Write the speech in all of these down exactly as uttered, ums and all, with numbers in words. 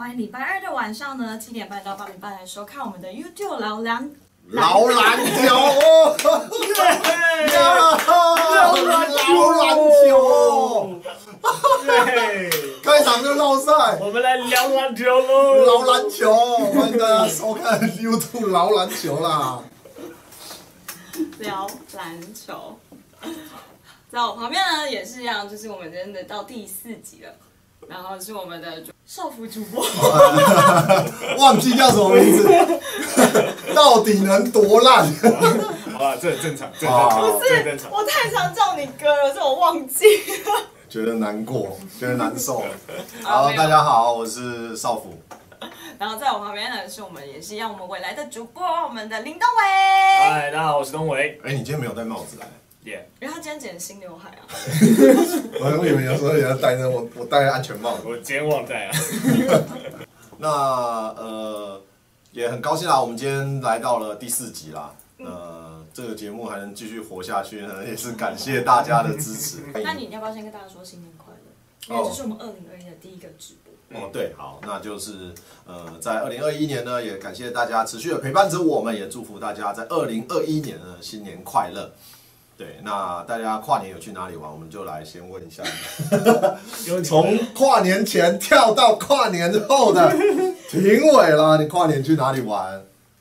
欢迎礼拜二的晚上呢七点半到八点半来收看我们的 YouTube 老梁老篮球哦，老篮球，对，开场就绕赛， 我们来聊篮球喽， 老篮球，欢迎大家收看 YouTube 老篮球啦， 聊篮球。在我旁边呢也是一样，就是我们真的到第四集了，然后是我们的少辅主播， 忘记叫什么名字，到底能多烂？ 好吧，这很正常，这很正常， 不是，我太常叫你哥了，这我忘记了。 觉得难过，觉得难受。好，大家好，我是少辅。 然后在我旁边呢是我们也是一样，我们未来的主播，我们的林东伟。 嗨，大家好，我是东伟。 哎，你今天没有戴帽子来？ 耶， 因为他今天剪新刘海啊。 我以为有时候也要戴那我我戴安全帽。 我今天忘戴啊。 那呃，也很高兴啦，我们今天来到了第四集啦。呃，这个节目还能继续活下去呢，也是感谢大家的支持。 那你要不要先跟大家说新年快乐？因为这是我们二零二一的第一个直播。 哦，对，好，那就是呃，在二零二一年呢，也感谢大家持续的陪伴着我们，也祝福大家在二零二一年呢新年快乐。对，那大家跨年有去哪里玩？我们就来先问一下，从跨年前跳到跨年后的庭伟啦，你跨年去哪里玩？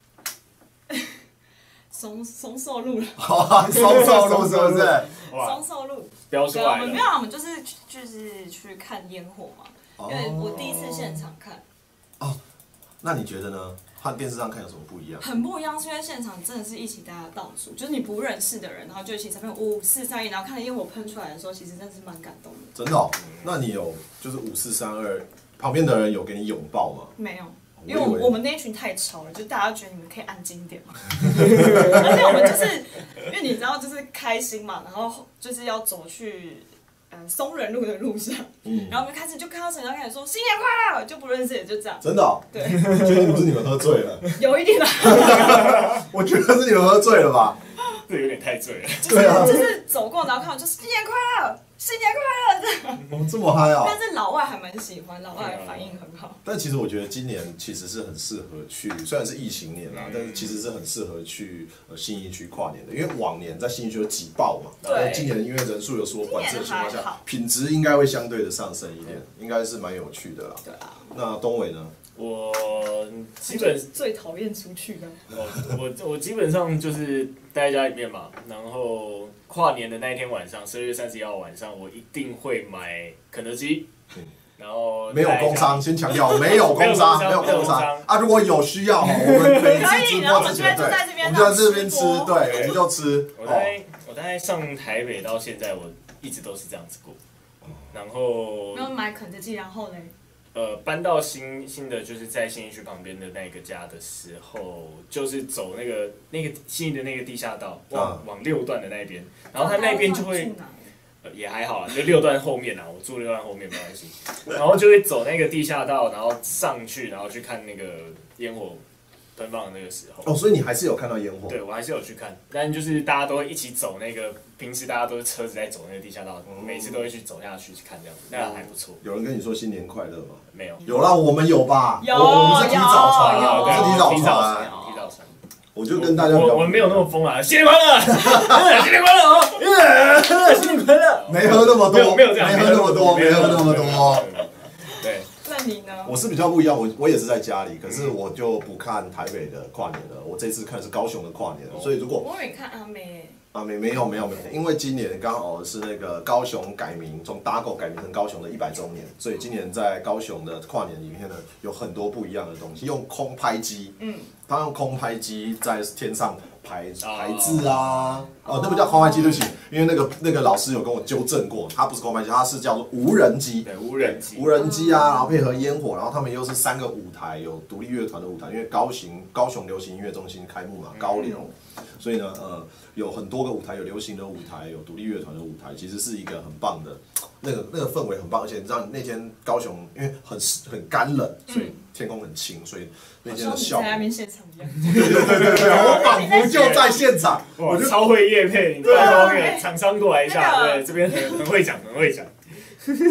松松寿路了， 松寿路是不是？ 松寿路， 标出来了。 我们没有，我们就是就是去看烟火嘛，因为我第一次现场看。 哦，那你觉得呢？和电视上看有什么不一样？ 很不一样，是因为现场真的是一起大家倒数，就是你不认识的人，然后就一起在那边五四三一，然后看着烟火喷出来的时候，其实真的是蛮感动的。 真的哦？那你有就是五四三二，旁边的人有给你拥抱吗？ 没有。因为我我们那一群太吵了，就大家觉得你们可以安静一点嘛。而且我们就是因为你知道，就是开心嘛，然后就是要走去呃松仁路的路上，嗯、然后我们开始就看到陈章开始说新年快乐，就不认识也就这样。 真的、哦？对。确定不是你们喝醉了？ 有一点啦。 我觉得是你们喝醉了吧？ 这有点太醉了。 对啊。就是走过，然后看到就新年快乐。新年快乐！这样哦，这么嗨啊！ 但是老外还蛮喜欢，老外反应很好。 但其实我觉得今年其实是很适合去，虽然是疫情年啦， 嗯、 但是其实是很适合去呃信义区跨年的，因为往年在信义区有挤爆嘛， 对。 然后今年因为人数有所管制的情况下，品质应该会相对的上升一点，应该是蛮有趣的啦。 对啊。 那东伟呢？ 我基本最讨厌出去的。 哦，我我基本上就是待在家里面嘛，然后跨年的那一天晚上，十二月三十一号晚上，我一定会买肯德基。嗯、然后没有工商，先强调没有工商，没有工商啊！如果有需要，我们每次直播之前，对，我们就在这边吃，对，我们就吃。 我在我大概上台北到现在，我一直都是这样子过。然后没有买肯德基，然后嘞。 呃，搬到新新的就是在信义区旁边的那个家的时候，就是走那个那个信义的那个地下道，往、嗯、往六段的那边，然后他那边就会，呃也还好啦，就六段后面啦，我住六段后面没关系，然后就会走那个地下道，然后上去，然后去看那个烟火喷放的那个时候。 哦，所以你还是有看到烟火？ 对，我还是有去看，但就是大家都会一起走那个，平时大家都是车子在走那个地下道，嗯、每次都会去走下去去看这样子，那还不错。 有人跟你说新年快乐吗？ 没有。 有啦，我们有吧？ 有， 我们是提早传啊， 我们是提早传， 提早传。我就跟大家， 我我们没有那么疯啊！新年快乐，新年快乐哦！新年快乐。 没喝那么多， 没有这样， 没喝那么多，没喝那么多。 对。 那你呢？ 我是比较不一样，我我也是在家里，可是我就不看台北的跨年了。我这次看的是高雄的跨年，所以如果我以为你看阿妹。 啊，没没有没有没有，因为今年刚好是那个高雄改名，从打狗改名成高雄的一百周年，所以今年在高雄的跨年影片呢，有很多不一样的东西，用空拍机，嗯，他用空拍机在天上排排字啊，哦，那不叫空拍机，对不起，因为那个那个老师有跟我纠正过，它不是空拍机，它是叫做无人机， 对，无人机， 无人机啊，然后配合烟火，然后他们又是三个舞台，有独立乐团的舞台，因为高雄高雄流行音乐中心开幕嘛，高流，所以呢，呃。有很多个舞台，有流行的舞台，有独立乐团的舞台，其实是一个很棒的，那个那个氛围很棒，而且你知道那天高雄因为很很干冷，所以天空很清，所以那天的效果。 在那边现场一样。 对对对对对，我仿佛就在现场， 我就超会业配，你知道吗？厂商过来一下，对，这边很很会讲，很会讲。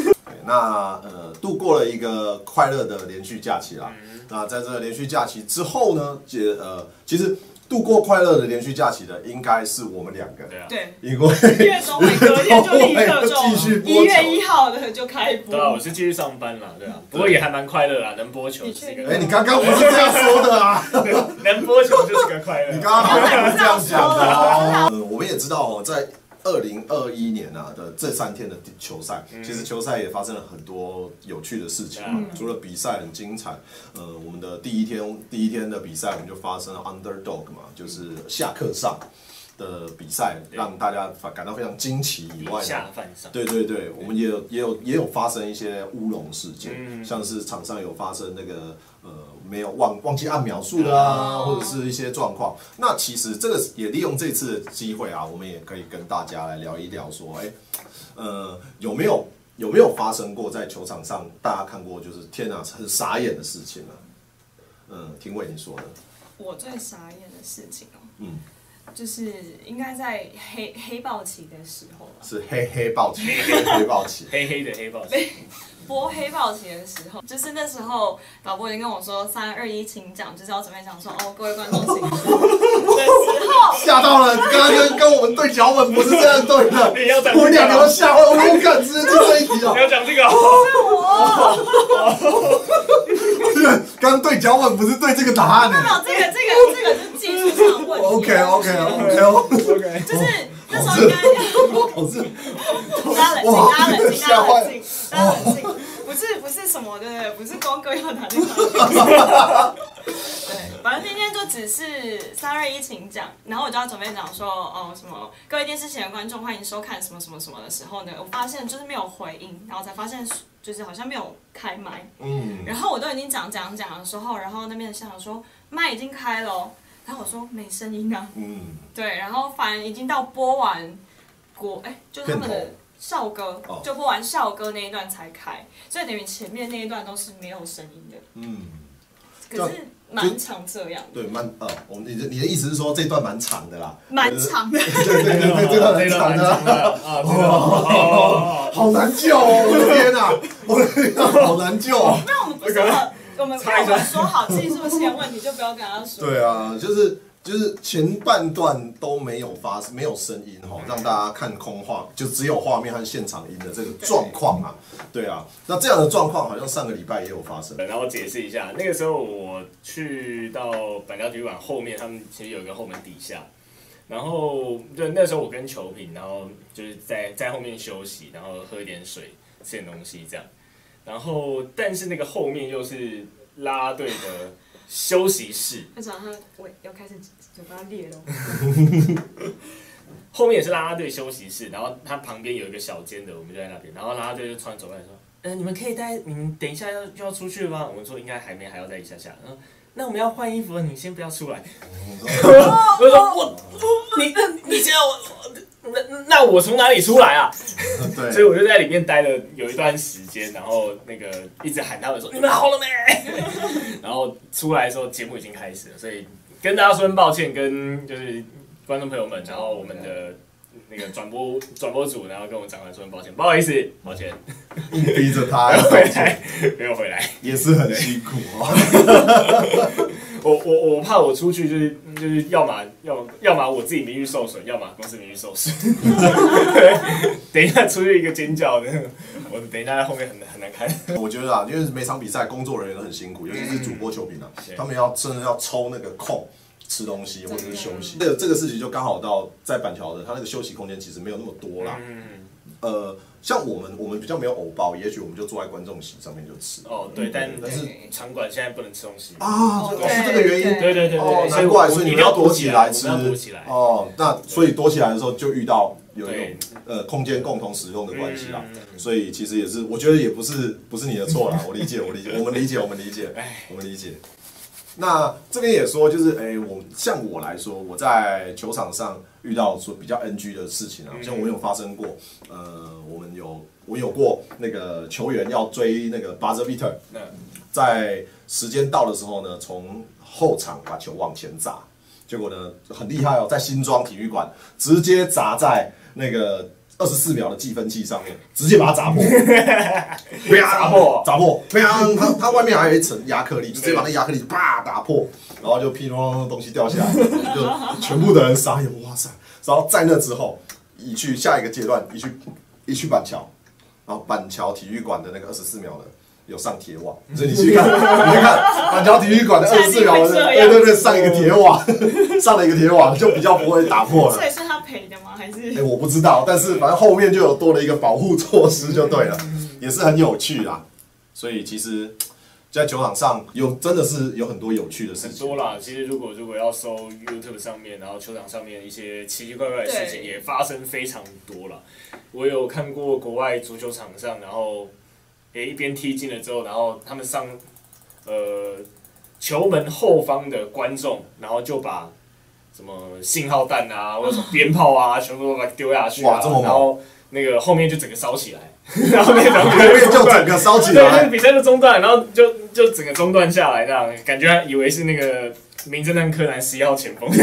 那呃度过了一个快乐的连续假期啦。嗯、那在这个连续假期之后呢，也呃其实。度过快乐的连续假期的应该是我们两个， 对， 因为一月中每隔天就立刻就继续播球， 一月一号的就开播。 对啊，我是继续上班啦，对啊，不过也还蛮快乐啊，能播球是一个。 哎，你刚刚不是这样说的啊？ 能播球就是个快乐。 你刚刚好像不是这样讲的啊。嗯，我们也知道哦，在二零二一年啊的这三天的球赛，嗯、其实球赛也发生了很多有趣的事情。嗯、除了比赛很精彩，呃，我们的第一天第一天的比赛，我们就发生了 underdog 嘛，就是下课上的比赛，让大家感到非常惊奇以外呢，对对对，我们也有也有也有发生一些乌龙事件，嗯、像是场上有发生那个呃没有忘忘记按秒数的啊，哦、或者是一些状况。那其实这个也利用这次的机会啊，我们也可以跟大家来聊一聊，说，哎，呃，有没有有没有发生过在球场上大家看过就是天啊很傻眼的事情呢？嗯，听伟你说的。 我最傻眼的事情哦，嗯。就是应该在黑黑豹旗的时候吧， 是黑黑豹旗，黑黑豹旗， 黑黑的黑豹旗。 播黑豹旗的时候，就是那时候导播已经跟我说三二一请讲，就是要准备讲说哦，各位观众请的时候， 吓到了！你刚刚跟跟我们对脚本不是这样对的， 你要讲我两个都吓坏，我不敢直接进这一题哦。 你要讲这个？ 是我。 刚刚对脚本不是对这个答案呢？ 没有，这个这个这个是技术上的问题。 OK OK OK OK， 就是那时候应该要， 好是， 大家冷静，大家冷静，大家冷静，大家冷静，不是不是什么对不对？不是光哥要打电话。对，反正那天就只是三二一请讲，然后我就要准备讲说哦什么各位电视前的观众欢迎收看什么什么什么的时候呢，我发现就是没有回应，然后才发现就是好像没有开麦，嗯，然后我都已经讲讲讲的时候，然后那边的校长说麦已经开了，然后我说没声音啊，嗯，对，然后反正已经到播完国哎，就是他们的校歌，就播完校歌那一段才开，所以等于前面那一段都是没有声音的，嗯，可是蛮长这样， 对，蛮呃，我们你的你的意思是说这段蛮长的啦， 蛮长的， 对对对对，这段蛮长的，啊，哦，好难救哦，我的天哪，我的天哪，好难救哦， 那我们不是我们我们说好技术性问题就不要跟他说， 对啊，就是。就是前半段都没有发没有声音哈，让大家看空画，就只有画面和现场音的这个状况啊，对啊，那这样的状况好像上个礼拜也有发生。 然后解释一下，那个时候我去到板桥体育馆后面，他们其实有一个后门底下，然后就那时候我跟球评，然后就是在在后面休息，然后喝一点水，吃点东西这样，然后但是那个后面又是啦啦队的休息室， 为什么他喂要开始嘴巴裂了？ 后面也是啦啦队休息室，然后他旁边有一个小间的，我们就在那边，然后啦啦队就突然走过来说：“呃，你们可以待，你们等一下要就要出去了吗？”我们说应该还没，还要再一下下。然后那我们要换衣服了，你先不要出来。我说我你你现在我。那那我从哪里出来啊？对，所以我就在里面待了有一段时间，然后那个一直喊他们说你们好了没？然后出来的时候节目已经开始了，所以跟大家说声抱歉，跟就是观众朋友们，然后我们的那个转播转播组，然后跟我长官说声抱歉，不好意思，抱歉， 硬逼着他回来，没有回来， 也是很辛苦哦。 我我我怕我出去就是就是要么要要么我自己名誉受损，要么公司名誉受损。等一下出去一个尖叫的，我等一下在后面很很难看。 我觉得啊，因为每场比赛工作人员都很辛苦，尤其是主播球评啊，嗯、他们要真的要抽那个空吃东西或者是休息。这个这个事情就刚好到在板桥的，他那个休息空间其实没有那么多啦。嗯、呃。像我们，我们比较没有偶包，也许我们就坐在观众席上面就吃。 哦，对，但但是场馆现在不能吃东西啊，是这个原因。 对对对对， 难怪，所以你们要躲起来吃。 躲起来。 哦，那所以躲起来的时候就遇到有一种呃空间共同使用的关系啦。所以其实也是，我觉得也不是不是你的错啦，我理解，我理解，我们理解，我们理解，我们理解。那这边也说，就是哎、欸，我像我来说，我在球场上遇到说比较 N G 的事情啊，像我有发生过，呃，我们有我有过那个球员要追那个 buzzer beater， 在时间到的时候呢，从后场把球往前砸，结果呢很厉害哦，在新庄体育馆直接砸在那个二十四秒的计分器上面，直接把它砸破， 砸破， 砸破，砰！它它外面还有一层亚克力，就直接把那亚克力啪打破，然后就噼里啪啦东西掉下来，就全部的人傻眼，哇塞！然后在那之后，移去下一个阶段，移去移去板桥，然后板桥体育馆的那个二十四秒的。有上铁网，所以你去看，你去看板桥体育馆的二十四秒的，对对对，上一个铁网，上了一个铁网，就比较不会打破了。 所以是他赔的吗？还是？ 哎、欸，我不知道，但是反正后面就有多了一个保护措施，就对了，也是很有趣啦。所以其实，在球场上有真的是有很多有趣的事情。 很多啦，其实如果如果要搜 YouTube 上面，然后球场上面一些奇奇怪怪的事情也发生非常多啦。我有看过国外足球场上，然后。也一边踢进了之后，然后他们上呃球门后方的观众，然后就把什么信号弹啊，或者什么鞭炮啊，全部都把它丢下去啊，然后那个后面就整个烧起来，然后那场后面就整个烧起来， 对，那比赛就中断，然后就就整个中断下来，这样感觉以为是那个。名侦探柯南十一号前锋，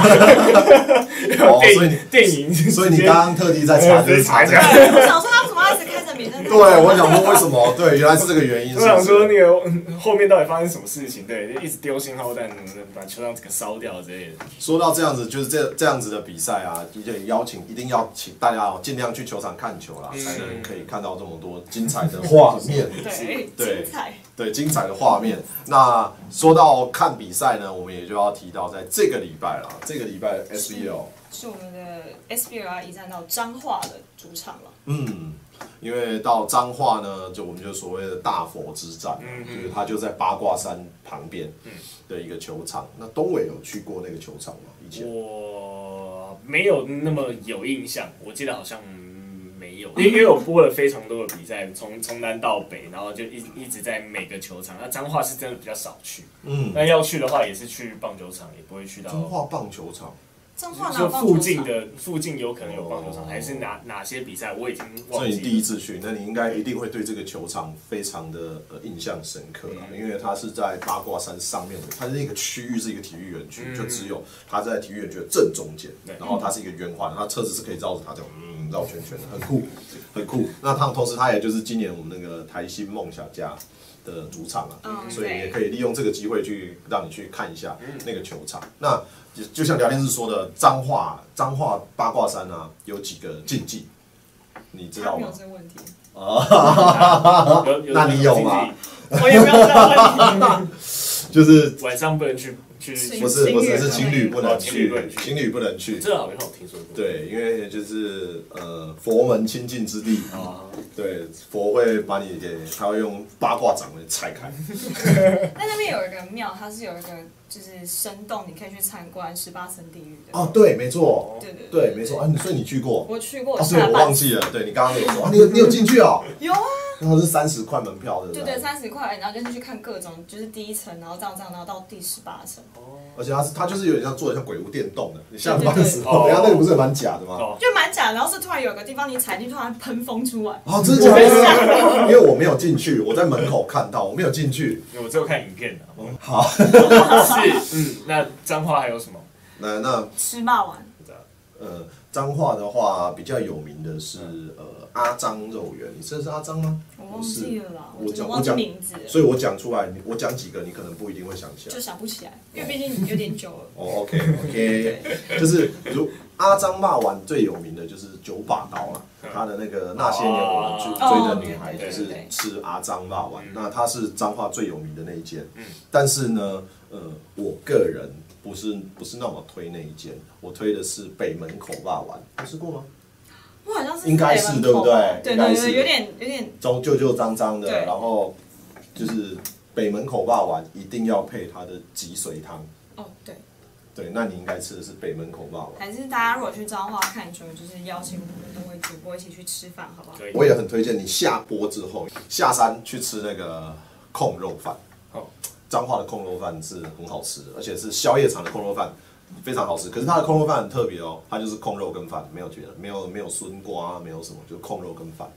哦，所以电影， 所以你刚刚特地在查，就是查这个。 我想说他怎么一直开着名侦探？ 对，我想说为什么？对，原来是这个原因。 我想说那个后面到底发生什么事情？对，就一直丢信号弹，把球场整个烧掉之类的。 说到这样子，就是这这样子的比赛啊，就邀请一定要请大家尽量去球场看球啦，才能可以看到这么多精彩的画面。 对， 对， 精彩。 对，精彩的画面。那说到看比赛呢，我们也就要提到，在这个礼拜啦，这个礼拜的 S B L 是我们的 S B L 要移站到彰化的主场了。 嗯，因为到彰化呢，就我们就所谓的大佛之战，嗯、就是它就在八卦山旁边的一个球场。那东伟有去过那个球场吗？以前我没有那么有印象，我记得好像。没有，因为我播了非常多的比赛，从从南到北，然后就一一直在每个球场。那彰化是真的比较少去，嗯，那要去的话也是去棒球场，也不会去到彰化棒球场。 彰化就附近的附近有可能有棒球场，哦、还是哪哪些比赛我已经忘记了。 所以你第一次去，那你应该一定会对这个球场非常的呃印象深刻啦，嗯、因为它是在八卦山上面的，它的那个区域是一个体育园区，嗯、就只有它在体育园区的正中间，然后它是一个圆环，它车子是可以绕着它这样嗯绕圈圈的，很酷，很酷。那它同时它也就是今年我们那个台新梦想家的主场啊，嗯、所以也可以利用这个机会去让你去看一下那个球场。那就就像聊天室说的，彰化彰化八卦山啊，有几个禁忌，你知道吗？ 没有这个问题啊，那你有吗？ 我也没有这个问题， 就是晚上不能去去， 不是不是是情侣不能去，情侣不能去。 这好像我听说过。 对，因为就是呃佛门清净之地啊，对，佛会把你给，他会用八卦掌给拆开。 那那边有一个庙，它是有一个。就是生动，你可以去参观十八层地狱的。 哦，对，没错， 对对对，没错啊，所以你去过？ 我去过， 哦，对，我忘记了，对你刚刚有说，你有你有进去哦？ 有啊， 那是三十块门票的， 对对，三十块，然后就去看各种，就是第一层，然后这样这样，然后到第十八层。 哦，而且它是它就是有点像做的像鬼屋电动的，你下班的时候，等下那个不是蛮假的吗？ 就蛮假，然后是突然有个地方你踩进去，突然喷风出来。 哦，真的假的？因为我没有进去，我在门口看到，我没有进去， 我只有看影片的。 好， 是，嗯，那彰化还有什么？ 那那吃霸王。 呃，彰化的话比较有名的是呃阿张肉圆，你吃的是阿张吗？ 我忘记了啦， 我讲我忘记名字了， 所以我讲出来，我讲几个你可能不一定会想起来， 就想不起来，因为毕竟有点久了。 哦 ，OK OK， 就是如阿张骂完最有名的就是九把刀啦，他的那个那些年我们去追的女孩就是吃阿张骂完，那他是彰化最有名的那一间，但是呢，呃，我个人。不是不是那么推那一间，我推的是北门口霸丸，有吃过吗？ 我好像是应该是对不对？ 对对对，有点有点旧旧脏脏的，然后就是北门口霸丸一定要配它的脊髓汤。 哦，对。 对，那你应该吃的是北门口霸丸。 还是大家如果去彰化看球，就是邀请我们东伟主播一起去吃饭，好不好？ 我也很推荐你下播之后下山去吃那个控肉饭。哦。彰化的控肉饭是很好吃的，而且是宵夜场的控肉饭，非常好吃。可是它的控肉饭很特别哦，它就是控肉跟饭，没有别的，没有没有笋瓜，没有什么，就是控肉跟饭。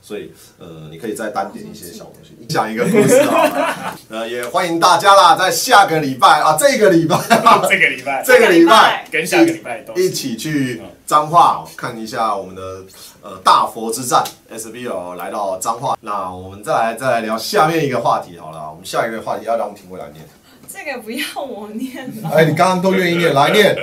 所以呃，你可以再单点一些小东西，讲一个故事好了。呃，也欢迎大家啦，在下个礼拜啊，这个礼拜， 这个礼拜， 这个礼拜跟下个礼拜都一起去彰化看一下我们的呃大佛之战 S B L 来到彰化。那我们再来再来聊下面一个话题好了，我们下一个话题要让庭伟来念。 这个不要我念了。 哎，你刚刚都愿意念，来念。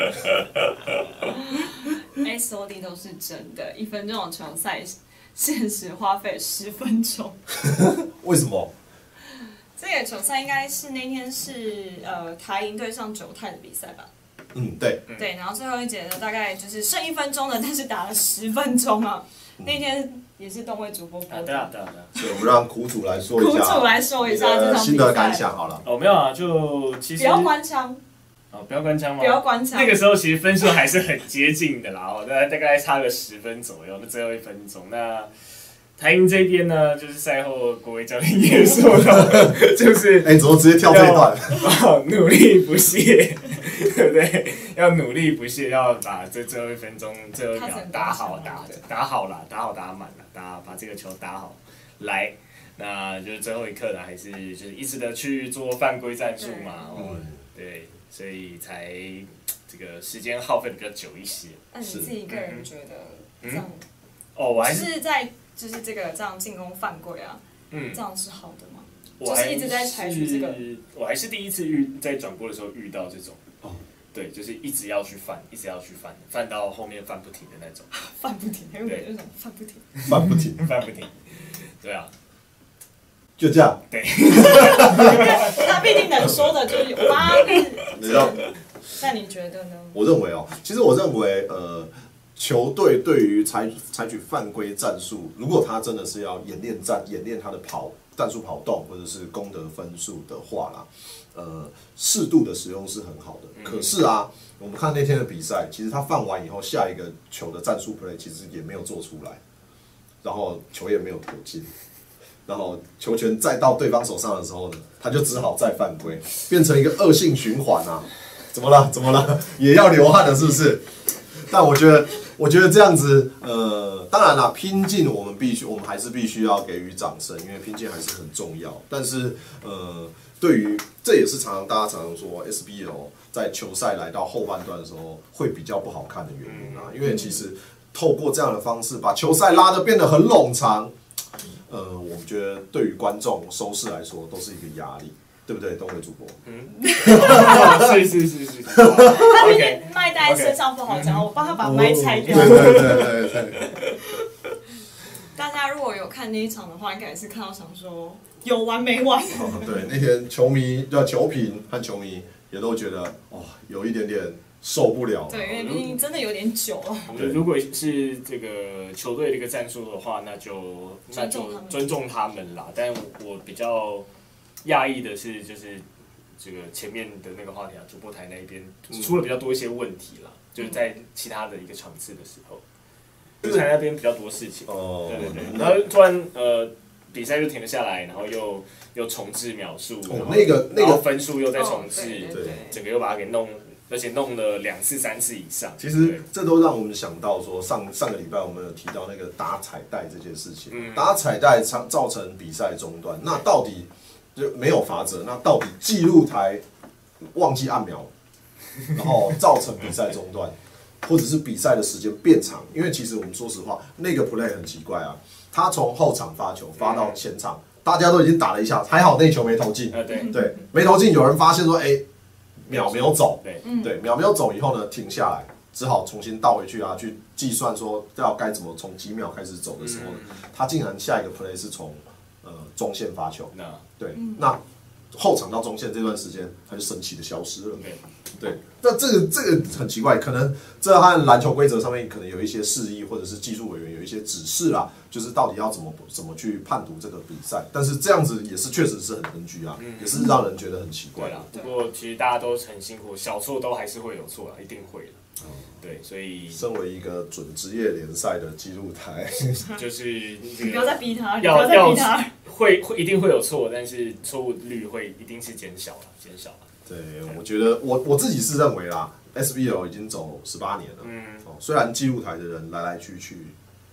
S O D 都是真的，一分钟的球赛，限时花费十分钟。 为什么？ 这个球赛应该是那天是呃台银对上九泰的比赛吧？ 嗯，对。 对，然后最后一节呢，大概就是剩一分钟了，但是打了十分钟啊。嗯、那天也是东威主播播的。 啊，对啊，对啊，对啊。 所以我们让苦主来说一下。 苦主来说一下这场比赛心得感想好了。 哦，没有啊，就其实。 不要关枪。 哦，不要关枪吗？ 不要关枪。 那个时候其实分数还是很接近的啦，哦，大概大概差个十分左右，那最后一分钟。那台银这边呢，就是赛后国威教练也说了，就是哎，怎么直接跳这一段？ 哦，努力不懈，对不对？要努力不懈，要把这最后一分钟、最后一秒打好、打打好啦，打好打满了，打把这个球打好来。那就是最后一刻呢，还是就是一直的去做犯规战术嘛，哦，对，所以才这个时间耗费的比较久一些。 那你自己个人觉得这样？ 哦，我还是在就是这个这样进攻犯规啊，嗯，这样是好的吗？ 我就是一直在采取这个。 我还是第一次遇在转播的时候遇到这种，哦，对，就是一直要去犯，一直要去犯，犯到后面犯不停的那种。 犯不停，还有那种犯不停。 犯不停， 犯不停，对啊。 就这样。 对。 他必定能说的就是有哇。 你知道？ 那你觉得呢？ 我认为哦，其实我认为呃，球队对于采采取犯规战术，如果他真的是要演练战演练他的跑战术跑动或者是攻得分数的话啦，呃，适度的使用是很好的。嗯、可是啊，我们看那天的比赛，其实他犯完以后，下一个球的战术 play 其实也没有做出来，然后球也没有投进。然后球权再到对方手上的时候呢，他就只好再犯规，变成一个恶性循环啊！怎么了？怎么了？也要流汗了，是不是？但我觉得，我觉得这样子，呃，当然啦，拼劲我们必须，我们还是必须要给予掌声，因为拼劲还是很重要。但是，呃，对于这也是常常大家常常说 S B L 在球赛来到后半段的时候会比较不好看的原因啊，因为其实透过这样的方式把球赛拉得变得很冗长。呃，我们觉得对于观众收视来说都是一个压力，对不对，东伟主播？嗯， 是是是是。 他明天麦戴身上不好讲，我帮他把麦拆掉。 对对对对对。 大家如果有看那一场的话，应该也是看到想说有完没完。 哦，对，那天球迷叫球评和球迷也都觉得哇，有一点点。受不了， 对，因为毕竟真的有点久了。 如果是这个球队的一个战术的话，那就那就尊重他们啦。但我比较讶异的是，就是这个前面的那个话题啊，主播台那一边出了比较多一些问题啦，嗯、就是在其他的一个场次的时候，主播台那边比较多事情。哦，对对对，然后突然呃比赛就停了下来，然后又又重置秒数， 哦，那个那个分数又再重置， 哦、对， 整个又把它给弄。而且弄了两次、三次以上。 其实这都让我们想到说上，上上个礼拜我们有提到那个打彩带这件事情。嗯、打彩带造成比赛中断，那到底就没有罚则？那到底记录台忘记按秒，然后造成比赛中断，或者是比赛的时间变长？因为其实我们说实话，那个 play 很奇怪啊，他从后场发球发到前场，大家都已经打了一下，还好那球没投进。 呃、对对，没投进，有人发现说，哎、欸。秒没有走， 对， 对，秒没有走以后呢，停下来，只好重新倒回去啊，去计算说要该怎么从几秒开始走的时候，嗯、他竟然下一个 play 是从呃中线发球，对，嗯、那后场到中线这段时间，他就神奇的消失了，对，对，那这个这个很奇怪，可能这和篮球规则上面可能有一些示意，或者是技术委员有一些指示啦，就是到底要怎么怎么去判读这个比赛，但是这样子也是确实是很 N G 啊，嗯、也是让人觉得很奇怪啦。不过其实大家都很辛苦，小错都还是会有错啦，一定会的。嗯、对，所以身为一个准职业联赛的记录台， 就是你不要再逼他，你不要再逼他， 会会一定会有错，但是错误率会一定是减小了，减小了。 对，我觉得我我自己是认为啦 ，S B L 已经走十八年了，嗯，哦，虽然记录台的人来来去去，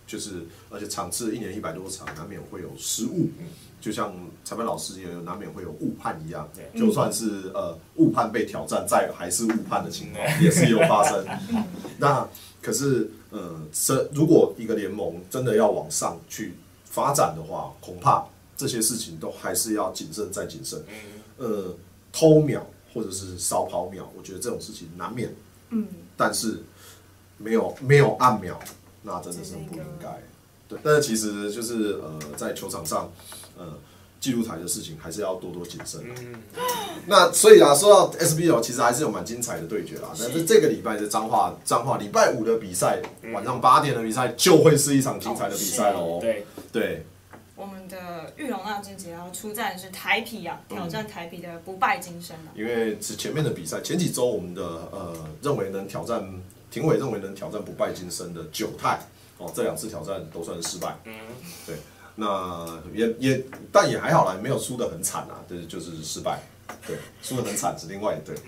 就是而且场次一年一百多场，难免会有失误。就像裁判老师也有难免会有误判一样，就算是呃误判被挑战，在还是误判的情况也是有发生。那可是呃，这如果一个联盟真的要往上去发展的话，恐怕这些事情都还是要谨慎再谨慎。呃，偷秒或者是少跑秒，我觉得这种事情难免。嗯，但是没有没有按秒，那真的是不应该。对，但是其实就是呃，在球场上。呃，记录台的事情还是要多多谨慎。嗯，那所以啊，说到 S B L， 其实还是有蛮精彩的对决啦。但是这个礼拜的彰化彰化礼拜五的比赛，晚上八点的比赛就会是一场精彩的比赛喽。 对对。 我们的玉龙那金姐要出战的是台啤啊，挑战台啤的不败金身啊。 因为是前面的比赛，前几周我们的呃认为能挑战，庭委认为能挑战不败金身的九泰哦，这两次挑战都算是失败。嗯，对。那也也，但也还好啦，没有输得很惨啊，就是就是失败，对，输得很惨是另外一队。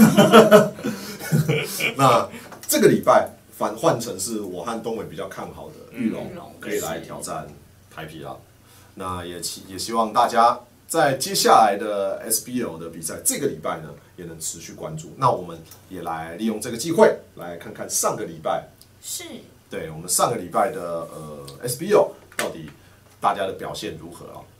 那这个礼拜反换成是我和东伟比较看好的玉龙，可以来挑战台啤啦。那也希也希望大家在接下来的 S B L 的比赛，这个礼拜呢也能持续关注。那我们也来利用这个机会来看看上个礼拜， 是， 对我们上个礼拜的呃 S B L 到底。大家的表现如何啊？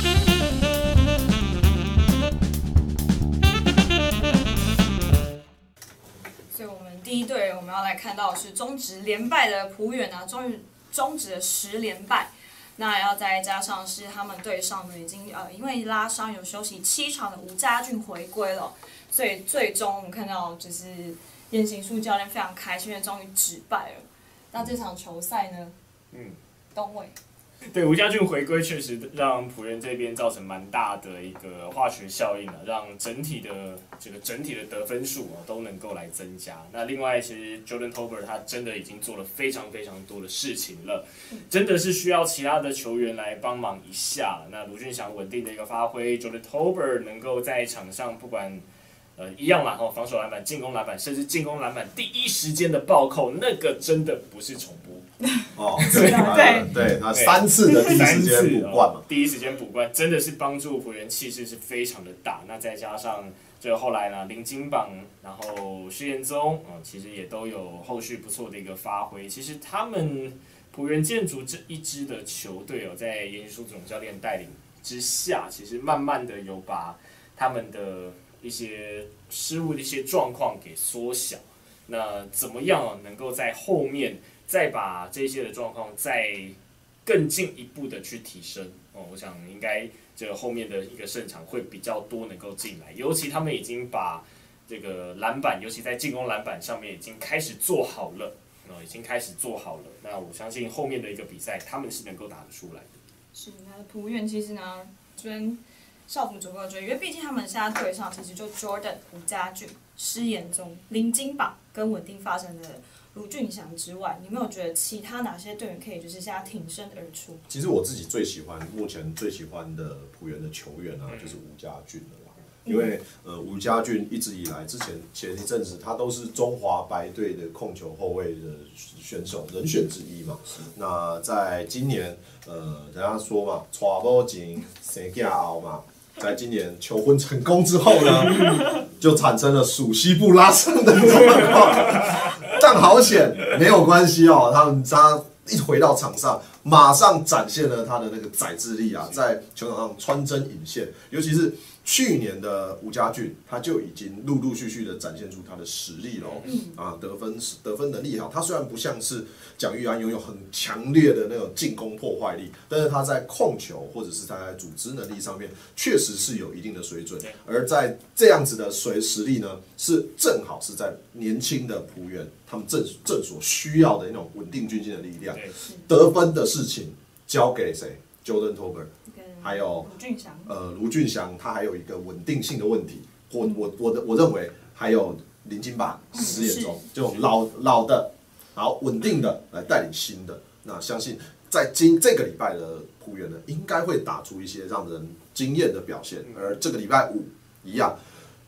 所以，我们第一队我们要来看到的是中职连败的璞园啊，终于终止了十连败。那要再加上是他们队上呢，已经呃因为拉伤有休息七场的吴家俊回归了，所以最终我们看到就是严行树教练非常开心的终于止败了。那这场球赛呢，嗯，东伟。 对，吴家俊回归确实让璞园这边造成蛮大的一个化学效应啊，让整体的这个整体的得分数啊都能够来增加。那另外，其实 Jordan Tolbert 他真的已经做了非常非常多的事情了，真的是需要其他的球员来帮忙一下。那卢俊祥稳定的一个发挥 ，Jordan Tolbert 能够在场上不管。呃，一样嘛，防守篮板、进攻篮板，甚至进攻篮板第一时间的暴扣，那个真的不是重播。 哦，对对对，他三次的第一时间补冠嘛， 哦、第一时间补冠真的是帮助璞园气势是非常的大。那再加上这后来呢，林金榜，然后施彦宗啊、哦，其实也都有后续不错的一个发挥。其实他们璞园建筑这一支的球队哦，在严树总教练带领之下，其实慢慢的有把他们的一些失误的一些状况给缩小，那怎么样啊？能够在后面再把这些的状况再更进一步的去提升哦，我想应该这个后面的一个胜场会比较多能够进来，尤其他们已经把这个篮板，尤其在进攻篮板上面已经开始做好了，哦，已经开始做好了。那我相信后面的一个比赛，他们是能够打得出来的。 是，那璞园其实呢，这边。少辅足够追，因为毕竟他们现在队上其实就 Jordan、吴家俊、施彦宗、林金榜跟稳定发展的卢俊祥之外，你有没有觉得其他哪些队员可以就是现在挺身而出？ 其实我自己最喜欢，目前最喜欢的璞园的球员啊，就是吴家俊了啦。因为呃，吴家俊一直以来，之前前一阵子他都是中华白队的控球后卫的选手人选之一嘛。那在今年，呃，人家说嘛，娶某前生囝后嘛。在今年求婚成功之后呢，就产生了属西部拉伤的状况，但好险没有关系哦。他们他一回到场上，马上展现了他的那个载智力啊，在球场上穿针引线，尤其是去年的吴家俊，他就已经陆陆续续的展现出他的实力了、哦。啊，得分得分能力好，他虽然不像是蒋玉安拥有很强烈的那种进攻破坏力，但是他在控球或者是他在组织能力上面，确实是有一定的水准。而在这样子的水实力呢，是正好是在年轻的璞园他们正正所需要的那种稳定军心的力量。得分的事情交给谁 ？Jordan Tolbert， 还有卢俊祥。 呃，卢俊祥他还有一个稳定性的问题。我我我的我认为还有林金霸、施彦宗这种老老的。好，稳定的来带领新的，那相信在今这个礼拜的璞园呢，应该会打出一些让人惊艳的表现。而这个礼拜五一样，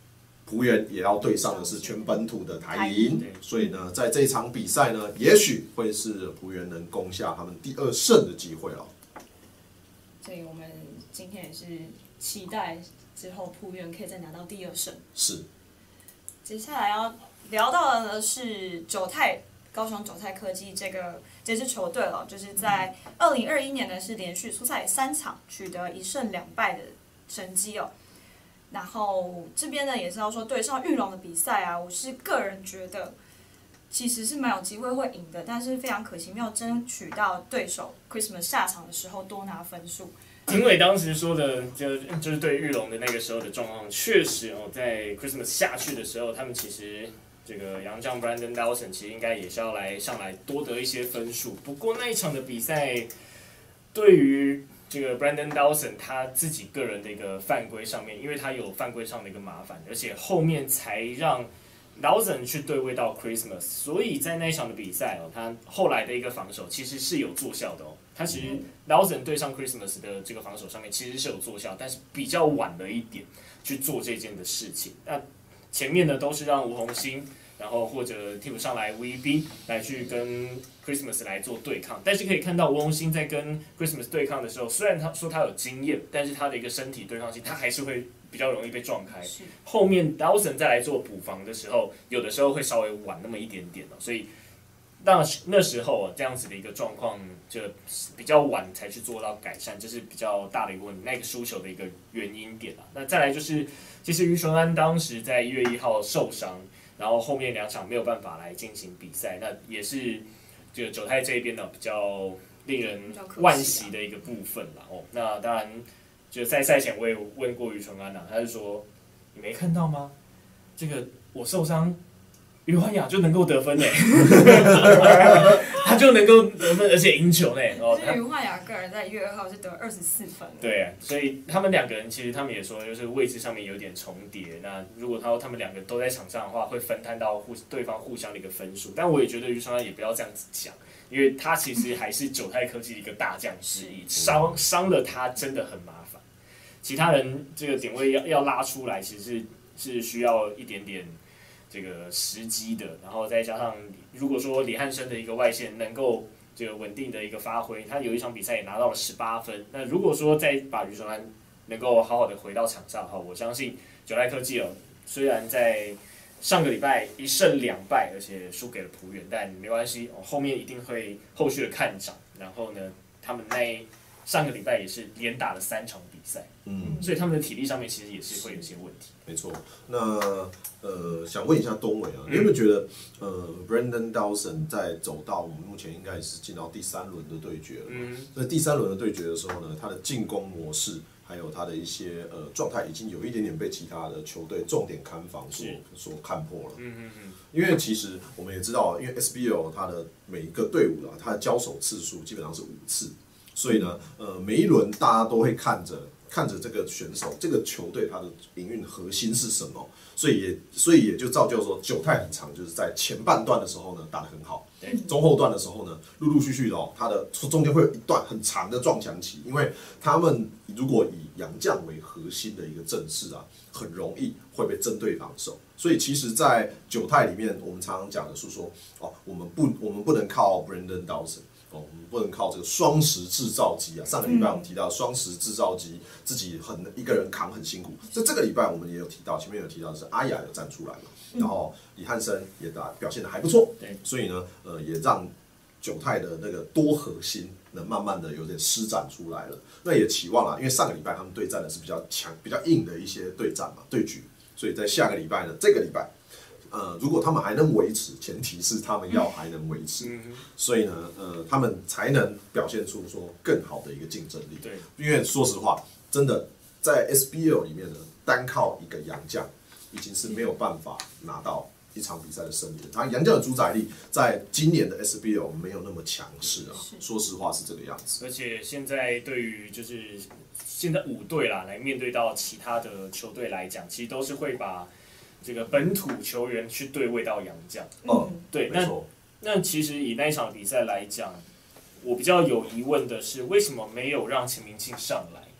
璞园也要对上的是全本土的台银，所以呢，在这一场比赛呢，也许会是璞园能攻下他们第二胜的机会了。 所以我们今天也是期待之后璞园可以再拿到第二胜。 是。 接下来要聊到的呢是九泰高雄九泰科技这个这支球队了，就是在二零二一年呢是连续出赛三场，取得一胜两败的成绩哦。然后这边呢也是要说对上玉龙的比赛啊，我是个人觉得其实是蛮有机会会赢的，但是非常可惜没有争取到对手 Christmas 下场的时候多拿分数。 廷伟当时说的，就就是对玉龙的那个时候的状况，确实哦，在 Christmas 下去的时候，他们其实这个洋将 Brandon Dawson 其实应该也是要来上来多得一些分数。不过那一场的比赛，对于这个 Brandon Dawson 他自己个人的一个犯规上面，因为他有犯规上的一个麻烦，而且后面才让 Dawson 去对位到 Christmas， 所以在那一场的比赛哦，他后来的一个防守其实是有奏效的哦。他其实 Dawson 对上 Christmas 的这个防守上面其实是有奏效，但是比较晚了一点去做这件的事情。那前面呢都是让吴宏兴，然后或者替补上来 V B 来去跟 Christmas 来做对抗。但是可以看到吴宏兴在跟 Christmas 对抗的时候，虽然他说他有经验，但是他的一个身体对抗性，他还是会比较容易被撞开。后面 Dawson 再来做补防的时候，有的时候会稍微晚那么一点点哦，所以。那那时候这样子的一个状况，就比较晚才去做到改善，这是比较大的一个问题，那个输球的一个原因点啊。那再来就是，其实于纯安当时在一月一号受伤，然后后面两场没有办法来进行比赛，那也是这个九泰这一边呢比较令人惋惜的一个部分啦。哦，那当然，就在赛前我也问过于纯安啊，他就说你没看到吗？这个我受伤。于焕雅就能够得分嘞，他就能够得分，而且赢球嘞。 哦，于焕雅个人在一月二号是得二十四分。 对，所以他们两个人其实他们也说，就是位置上面有点重叠。那如果他他们两个都在场上的话，会分摊到互对方互相的一个分数。但我也觉得于双安也不要这样子讲，因为他其实还是九泰科技的一个大将之一，伤伤了他真的很麻烦。其他人这个点位要要拉出来，其实是是需要一点点。这个时机的，然后再加上如果说李汉生的一个外线能够这个稳定的一个发挥，他有一场比赛也拿到了十八分。那如果说再把于纯安能够好好的回到场上哈，我相信九泰科技哦，虽然在上个礼拜一胜两败，而且输给了璞园，但没关系哦，后面一定会后续的看涨。然后呢，他们那上个礼拜也是连打了三场比赛，嗯，所以他们的体力上面其实也是会有些问题。 没错，那呃，想问一下东伟啊，你有没有觉得呃 ，Brandon Dawson 在走到我们目前应该也是进到第三轮的对决了嘛？嗯，那第三轮的对决的时候呢，他的进攻模式还有他的一些呃状态，已经有一点点被其他的球队重点看防所所看破了。嗯嗯嗯。因为其实我们也知道，因为 S B L 它的每一个队伍啊，它的交手次数基本上是五次，所以呢，呃，每一轮大家都会看着。看着这个选手，这个球队它的营运核心是什么，所以也所以也就造就说九泰很长，就是在前半段的时候呢打得很好，中后段的时候呢陆陆续续的哦，它的中间会有一段很长的撞墙期，因为他们如果以洋将为核心的一个阵势啊，很容易会被针对防守，所以其实，在九泰里面，我们常常讲的是说，哦，我们不我们不能靠 Brandon Dawson。哦，我们不能靠这个双十制造机啊！上个礼拜我们提到双十制造机自己很一个人扛很辛苦，在这个礼拜我们也有提到，前面有提到的是阿雅有站出来嘛，然后李汉生也打表现的还不错，所以呢，呃，也让九泰的那个多核心能慢慢的有点施展出来了。那也期望啦，因为上个礼拜他们对战的是比较强、比较硬的一些对战嘛对局，所以在下个礼拜呢，这个礼拜。呃，如果他们还能维持，前提是他们要还能维持，嗯、所以呢，呃，他们才能表现出说更好的一个竞争力。对，因为说实话，真的在 S B L 里面呢，单靠一个洋将已经是没有办法拿到一场比赛的胜利的。他洋将的主宰力在今年的 S B L 没有那么强势啊，说实话是这个样子。 而且现在对于就是现在五队啦，来面对到其他的球队来讲，其实都是会把。这个本土球员去对位到洋将， 嗯， 对，那那其实以那一场比赛来讲，我比较有疑问的是，为什么没有让陈明庆上来？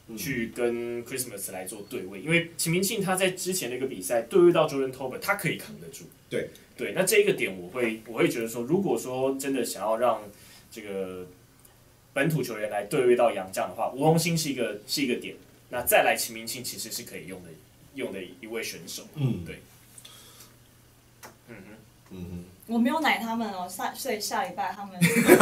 去跟 Christmas 来做对位，因为秦明庆他在之前的一个比赛对位到 Jordan Tolbert， 他可以扛得住。 对对，那这一个点我会我会觉得说，如果说真的想要让这个本土球员来对位到洋将的话，吴鸿兴是一个是一个点，那再来秦明庆其实是可以用的用的一位选手。嗯，对。嗯哼， 嗯哼。 我没有奶他们哦，下所以下礼拜他们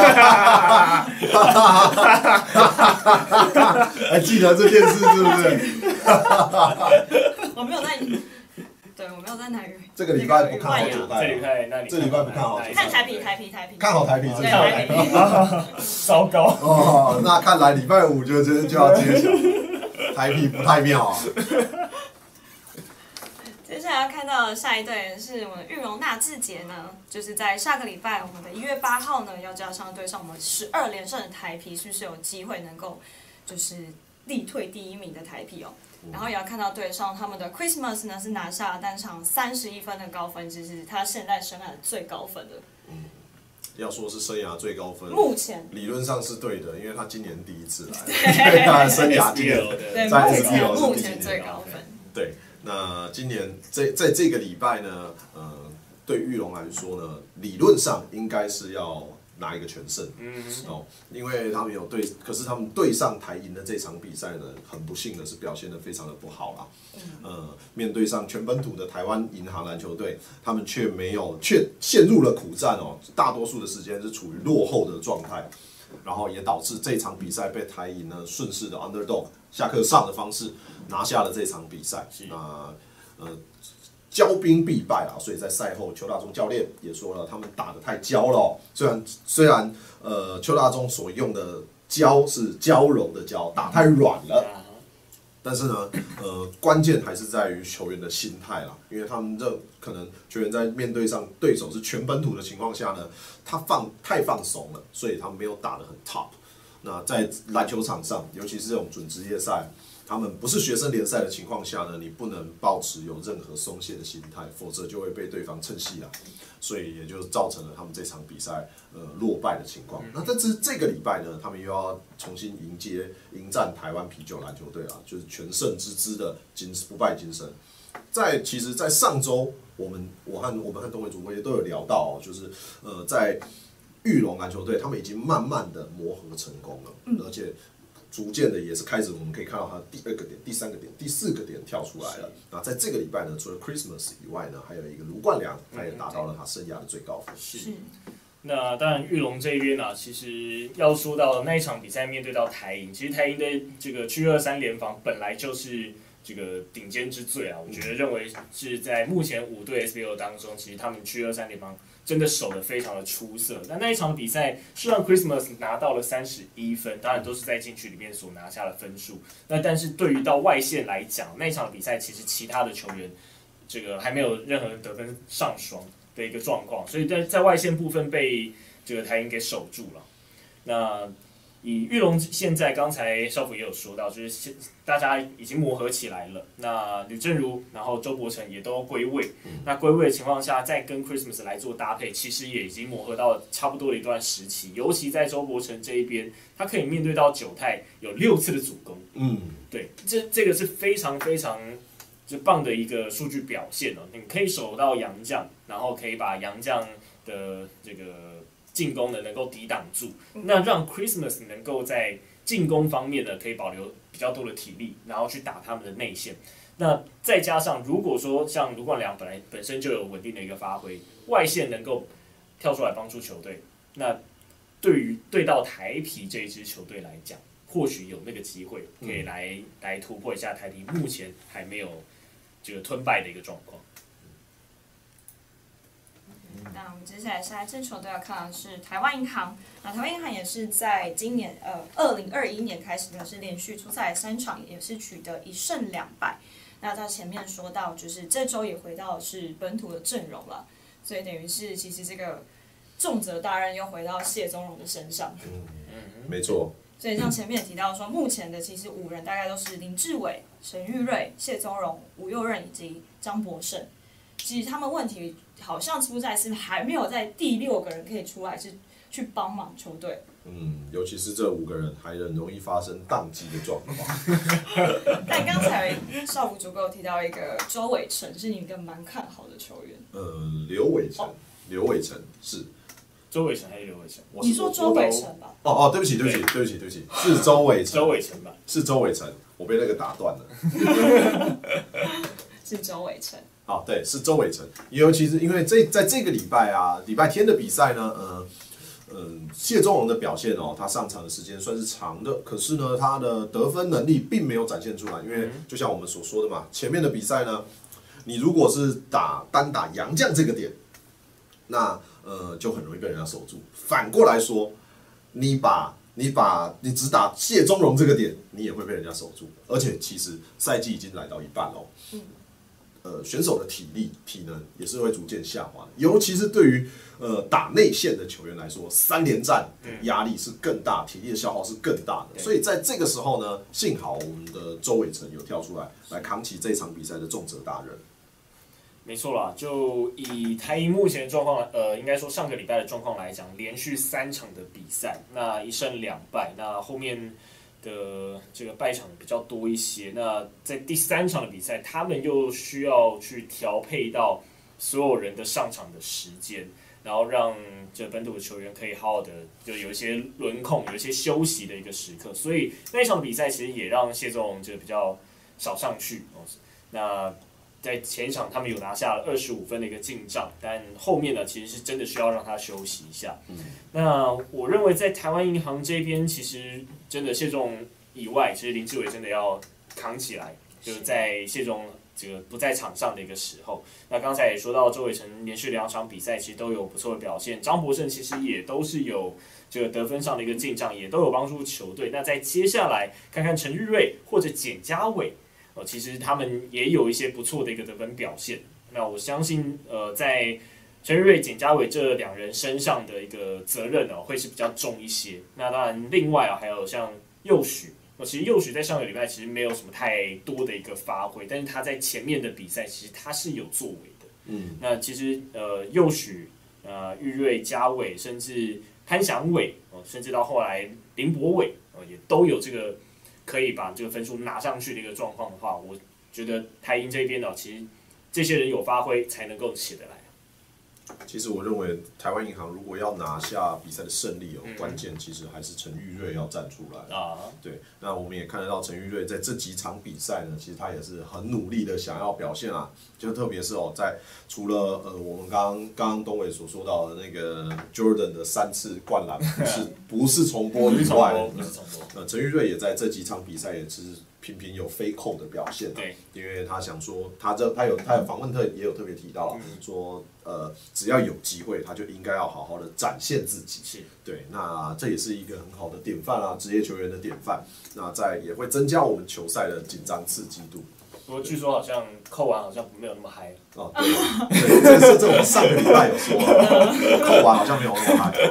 还记得这件事是不是？ 我没有在，对我没有在奶。 这个礼拜不看好九代， 这礼拜那你这礼拜不看好， 看台啤台啤台啤， 看好台啤， 对台啤，糟糕哦，那看来礼拜五就就就要揭晓，台啤不太妙啊。 接下来要看到的下一队是我们玉龙纳智捷呢，就是在下个礼拜我们的一月八号呢，要加上对上我们十二连胜的台啤，是不是有机会能够就是力退第一名的台啤哦？然后也要看到对上他们的 Christmas 呢，是拿下单场三十一分的高分，这是他现在生涯的最高分的。 嗯，要说是生涯最高分， 目前理论上是对的，因为他今年第一次来，对他的生涯今年对在目前 S B L 目前最高分。 对。那今年在在这个礼拜呢，呃，对玉龙来说呢，理论上应该是要拿一个全胜，嗯，哦，因为他们有对，可是他们对上台银的这场比赛呢，很不幸的是表现得非常的不好啦，呃，面对上全本土的台湾银行篮球队，他们却没有，却陷入了苦战哦，大多数的时间是处于落后的状态。然后也导致这场比赛被台银呢顺势的 underdog 下课上的方式拿下了这场比赛。那呃骄兵必败啊，所以在赛后邱大中教练也说了，他们打得太娇了、哦。虽然虽然呃邱大中所用的娇是娇柔的娇，打太软了。但是呢，呃，关键还是在于球员的心态啦，因为他们这可能球员在面对上对手是全本土的情况下呢，他放太放松了，所以他们没有打得很 top。那在篮球场上，尤其是这种准职业赛，他们不是学生联赛的情况下呢，你不能抱持有任何松懈的心态，否则就会被对方趁隙啦。所以也就造成了他们这场比赛呃落败的情况。那在这这个礼拜呢，他们又要重新迎接迎战台湾啤酒篮球队啊，就是全胜之姿的金不败金身。在其实，在上周我们我和我们和东伟主播也都有聊到、哦，就是呃在玉龙篮球队，他们已经慢慢的磨合成功了，嗯、而且逐渐的也是开始，我们可以看到他第二个点、第三个点、第四个点跳出来了。那在这个礼拜呢，除了 Christmas 以外呢，还有一个卢冠良，他也达到了他生涯的最高分。 是。那当然，玉龙这边呢、啊，其实要说到那一场比赛面对到台银，其实台银的这个区二三联防本来就是这个顶尖之最啊。我觉得认为是在目前五队 S B L 当中，其实他们区二三联防真的守得非常的出色。那那一场比赛是让 Christmas 拿到了三十一分，当然都是在禁区里面所拿下的分数。那但是对于到外线来讲，那一场比赛其实其他的球员这个还没有任何得分上双的一个状况，所以在在外线部分被这个台银给守住了。那以玉龙现在刚才少辅也有说到，就是大家已经磨合起来了。那吕正如，然后周伯成也都归位。那归位的情况下，再跟 Christmas 来做搭配，其实也已经磨合到差不多的一段时期。尤其在周伯成这一边，他可以面对到九泰有六次的主攻。嗯，对，这这个是非常非常就棒的一个数据表现哦。你可以守到洋将，然后可以把洋将的这个进攻呢能够抵挡住，那让 Christmas 能够在进攻方面呢可以保留比较多的体力，然后去打他们的内线。那再加上如果说像卢冠良本来本身就有稳定的一个发挥，外线能够跳出来帮助球队，那对于对到台啤这一支球队来讲，或许有那个机会可以来、嗯、来突破一下台啤目前还没有这个吞败的一个状况。 那我们接下来下一支球队要看的是台湾银行。那台湾银行也是在今年呃二零二一年开始呢，是连续出赛三场，也是取得一胜两败。那在前面说到，就是这周也回到是本土的阵容了，所以等于是其实这个重责大任又回到谢宗荣的身上。 嗯，没错。 所以像前面提到说，目前的其实五人大概都是林志伟、沈玉瑞、谢宗荣、吴佑任以及张博胜。其实他们问题好像出在是还没有在第六个人可以出来是去帮忙球队， 嗯，尤其是这五个人还很容易发生宕机的状况。 但刚才少辅主播提到一个周伟成，是你一个蛮看好的球员。 呃，刘伟成，刘伟成是周伟成还是刘伟成？ 你说周伟成吧？ 哦哦，对不起，对不起，对不起，对不起，是周伟成。 周伟成吧？ 是周伟成，我被那个打断了。 是周伟成。 啊，对，是周伟成。尤其是因为这在这个礼拜啊，礼拜天的比赛呢，呃。嗯，谢宗荣的表现哦，他上场的时间算是长的，可是呢，他的得分能力并没有展现出来。因为就像我们所说的嘛，前面的比赛呢，你如果是打单打洋将这个点，那呃就很容易被人家守住。反过来说，你把你把你只打谢宗荣这个点，你也会被人家守住。而且其实赛季已经来到一半喽。嗯。呃，选手的体力、体能也是会逐渐下滑的，尤其是对于呃打内线的球员来说，三连战压力是更大，体力的消耗是更大的。所以在这个时候呢，幸好我们的周伟成有跳出来，来扛起这场比赛的重责大任。 没错啦，就以台银目前的状况，呃，应该说上个礼拜的状况来讲，连续三场的比赛，那一胜两败，那后面的这个败场比较多一些。那在第三场的比赛，他们又需要去调配到所有人的上场的时间，然后让这本土的球员可以好好的就有一些轮空，有一些休息的一个时刻。所以那一场比赛其实也让谢宗荣就比较少上去。哦、那在前一场他们有拿下了二十五分的一个进账，但后面呢其实是真的需要让他休息一下。嗯、那我认为在台湾银行这边，其实真的谢宗荣以外，其实林志伟真的要扛起来，就是在谢宗荣这个不在场上的一个时候。那刚才也说到周伟成连续两场比赛其实都有不错的表现，张博胜其实也都是有这个得分上的一个进账，也都有帮助球队。那在接下来看看陈玉瑞或者简家伟。呃，其实他们也有一些不错的一个得分表现。那我相信，呃，在陈玉瑞、简家伟这两人身上的一个责任哦，会是比较重一些。那当然，另外啊，还有像佑许，呃，其实佑许在上个礼拜其实没有什么太多的一个发挥，但是他在前面的比赛其实他是有作为的。嗯，那其实呃，佑许、呃，玉瑞、家伟，甚至潘祥伟，哦、呃，甚至到后来林博伟，呃，也都有这个。可以把这个分数拿上去的一个状况的话，我觉得台银这边呢，其实这些人有发挥才能够起得来。 其实我认为台湾银行如果要拿下比赛的胜利哦，嗯、关键其实还是陈玉瑞要站出来啊。对，那我们也看得到陈玉瑞在这几场比赛呢，其实他也是很努力的想要表现啊，就特别是哦，在除了呃我们刚刚刚刚东伟所说到的那个 Jordan 的三次灌篮不是不是重播以外， 不是重播， 呃陈玉瑞也在这几场比赛也是频频有飞扣的表现、啊， 对， 因为他想说他这他有他有访问特也有特别提到、嗯、说呃只要有机会他就应该要好好的展现自己， 是对，那这也是一个很好的典范啊，职业球员的典范，那在也会增加我们球赛的紧张刺激度。 不过据说好像扣完好像没有那么嗨哦，对，对，这是这我们上个礼拜有说了，扣完好像没有那么嗨。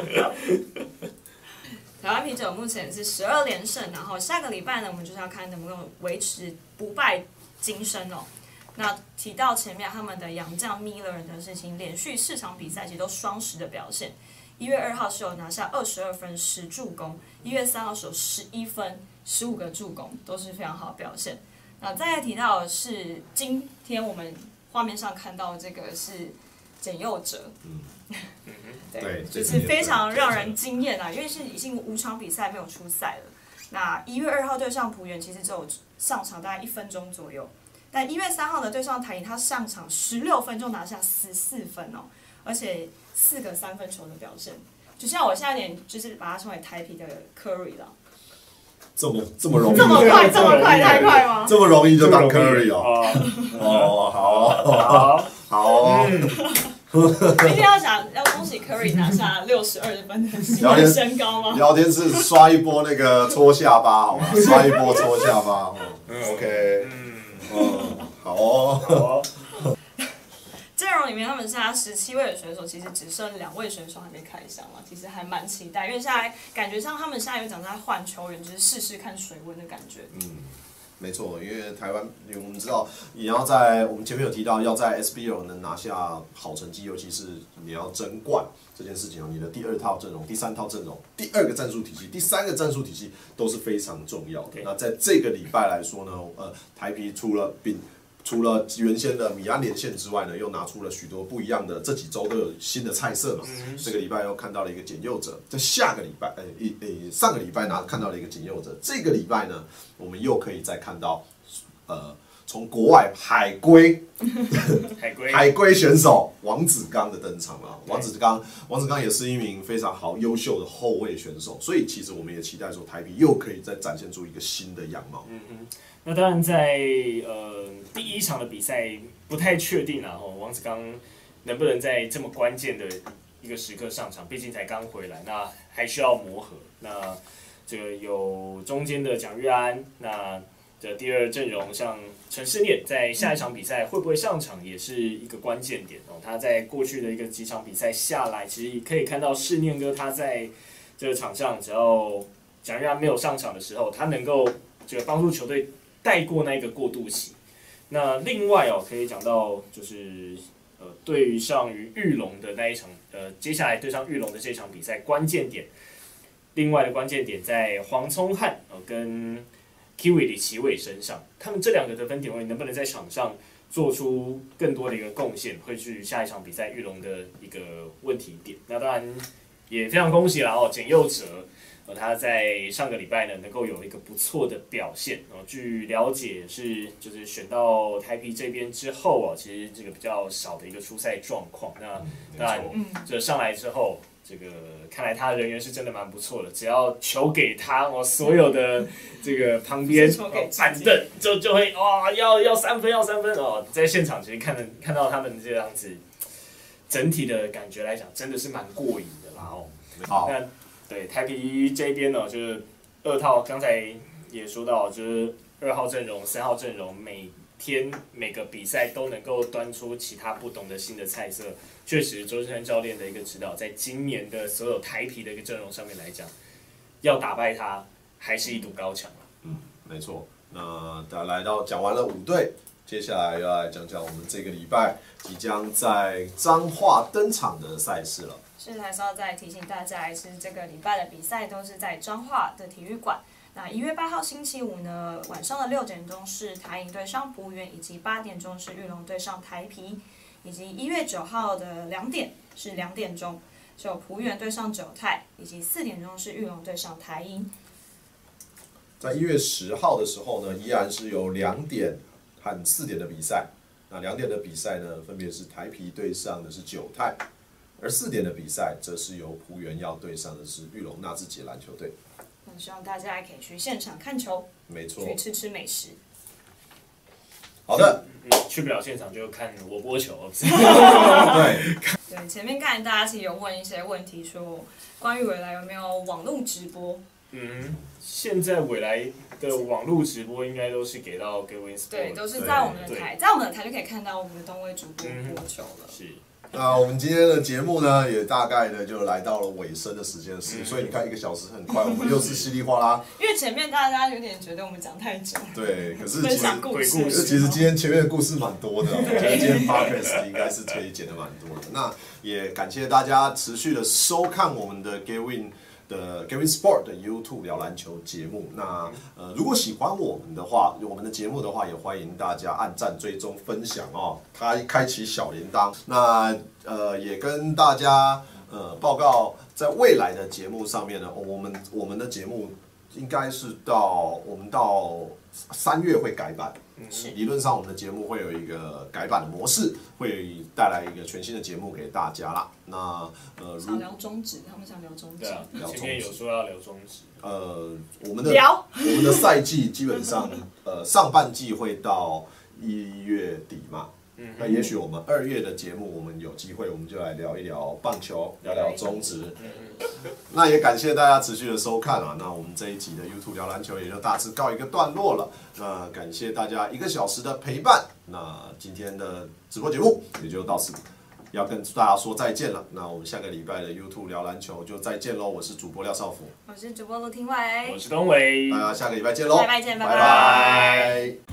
台湾啤酒目前是十二连胜，然后下个礼拜呢，我们就是要看能不能维持不败金身哦。那提到前面他们的洋将 Miller 的事情，连续四场比赛其实都双十的表现。一月二号是有拿下二十二分十助攻，一月三号是有十一分十五个助攻，都是非常好的表现。那再来提到的是今天我们画面上看到的这个是简佑哲。嗯对，就是非常让人惊艳啊！因为是已经五场比赛没有出赛了。那一月二号对上璞园，其实只有上场大概一分钟左右。但一月三号呢对上台银，他上场十六分钟拿下十四分哦，而且四个三分球的表现，就像我现在有点就是把它称为台啤的 Curry 了。 这么这么容易？ 这么快？这么快？太快吗？ 这么容易就当 Curry 哦？哦，好好好。 今天要想要恭喜 Curry 拿下六十二分的新人身高吗？ 聊天是刷一波那个搓下巴，好吗？刷一波搓下巴。嗯 ，OK， 嗯，哦，好哦。 阵容里面他们现在十七位的选手，其实只剩两位选手还没开箱嘛，其实还蛮期待，因为现在感觉上他们现在有讲在换球员，就是试试看水温的感觉。嗯。 没错，因为台湾我们知道，也要在我们前面有提到，要在 S B L 能拿下好成绩，尤其是你要争冠这件事情，你的第二套阵容、第三套阵容、第二个战术体系、第三个战术体系都是非常重要的。那在这个礼拜来说呢，呃，台啤除了并除了原先的米安连线之外呢，又拿出了许多不一样的，这几周都有新的菜色嘛。嗯、这个礼拜又看到了一个简佑者，在下个礼拜，呃、欸，呃、欸，上个礼拜拿看到了一个简佑者，这个礼拜呢，我们又可以再看到，呃，从国外海归海归海归选手王子刚的登场了。王子刚，王子刚也是一名非常好、优秀的后卫选手，所以其实我们也期待说，台啤又可以再展现出一个新的样貌。 嗯嗯。那当然在，在呃第一场的比赛不太确定啊，哦，王子刚能不能在这么关键的一个时刻上场？毕竟才刚回来，那还需要磨合。那这个有中间的蒋玉安，那的第二阵容像陈世念，在下一场比赛会不会上场，也是一个关键点哦。他在过去的一个几场比赛下来，其实可以看到世念哥他在这个场上，只要蒋玉安没有上场的时候，他能够这个帮助球队带过那个过渡期。那另外哦，可以讲到就是呃，对上于玉龙的那一场，呃，接下来对上玉龙的这场比赛关键点，另外的关键点在黄聪汉呃跟 Kiwi 李奇伟身上，他们这两个得分点位能不能在场上做出更多的一个贡献，会是下一场比赛玉龙的一个问题点。那当然也非常恭喜啦哦，简佑哲。呃，他在上个礼拜呢，能够有一个不错的表现。哦，据了解是就是选到台啤这边之后哦，其实这个比较少的一个出赛状况。那当然，这上来之后，这个看来他的人缘是真的蛮不错的。只要球给他，哦，所有的这个旁边哦板凳就就会哇、哦，要要三分要三分哦，在现场其实看看到他们这样子，整体的感觉来讲，真的是蛮过瘾的啦哦。 好。 那对台啤这边呢，就是二套，刚才也说到，就是二号阵容、三号阵容，每天每个比赛都能够端出其他不同的新的菜色。确实，周深教练的一个指导，在今年的所有台啤的一个阵容上面来讲，要打败他还是一堵高墙啊。 嗯，没错。那大家来到讲完了五队，接下来要来讲讲我们这个礼拜即将在彰化登场的赛事了。 是，还是要再提醒大家，还是这个礼拜的比赛都是在彰化的体育馆。那一月八号星期五呢，晚上的六点钟是台银对上璞园，以及八点钟是玉龙对上台啤，以及一月九号的两点是两点钟是有璞园对上九泰，以及四点钟是玉龙对上台银。 在一月十号的时候呢，依然是有两点和四点的比赛。那两点的比赛呢，分别是台啤对上的是九泰。而四点的比赛，则是由璞园要对上的是玉龙纳智捷篮球队。 那希望大家也可以去现场看球， 没错， 去吃吃美食。 好的， 嗯，去不了现场就看我播球。 对， 对，前面看大家其实有问一些问题，说关于未来有没有网络直播？ 嗯，现在未来的网络直播应该都是给到 Gawin Sport， 对，都是在我们的台，在我们的台就可以看到我们的东威主播播球了。 是。 那我们今天的节目呢，也大概的就来到了尾声的时间了，嗯、所以你看一个小时很快，我们又是稀里哗啦。 因为前面大家有点觉得我们讲太久。 对，可是其实鬼故事，其实今天前面的故事蛮多的，我觉得今天 podcast 应该是可以剪的蛮多的。那也感谢大家持续的收看我们的 Gawin。的 Gawin Sport 的 YouTube 聊篮球节目，那呃，如果喜欢我们的话，我们的节目的话，也欢迎大家按赞、追踪、分享哦，开开启小铃铛。那呃，也跟大家呃报告，在未来的节目上面呢，我们我们的节目应该是到我们到三月会改版。理论上，我们的节目会有一个改版的模式，会带来一个全新的节目给大家啦。那呃， 想聊中职，他们想聊中职。 对啊，前面有说要聊中职。 呃，我们的聊我们的赛季基本上，呃，上半季会到一月底嘛。嗯、那也许我们二月的节目，我们有机会，我们就来聊一聊棒球，聊聊中职。嗯、那也感谢大家持续的收看啊。那我们这一集的 YouTube 聊篮球也就大致告一个段落了。那感谢大家一个小时的陪伴。那今天的直播节目也就到此要跟大家说再见了。那我们下个礼拜的 YouTube 聊篮球就再见喽！我是主播廖少福， 我是主播陆廷伟， 我是东伟， 大家下个礼拜见喽！ 拜拜见，拜拜拜。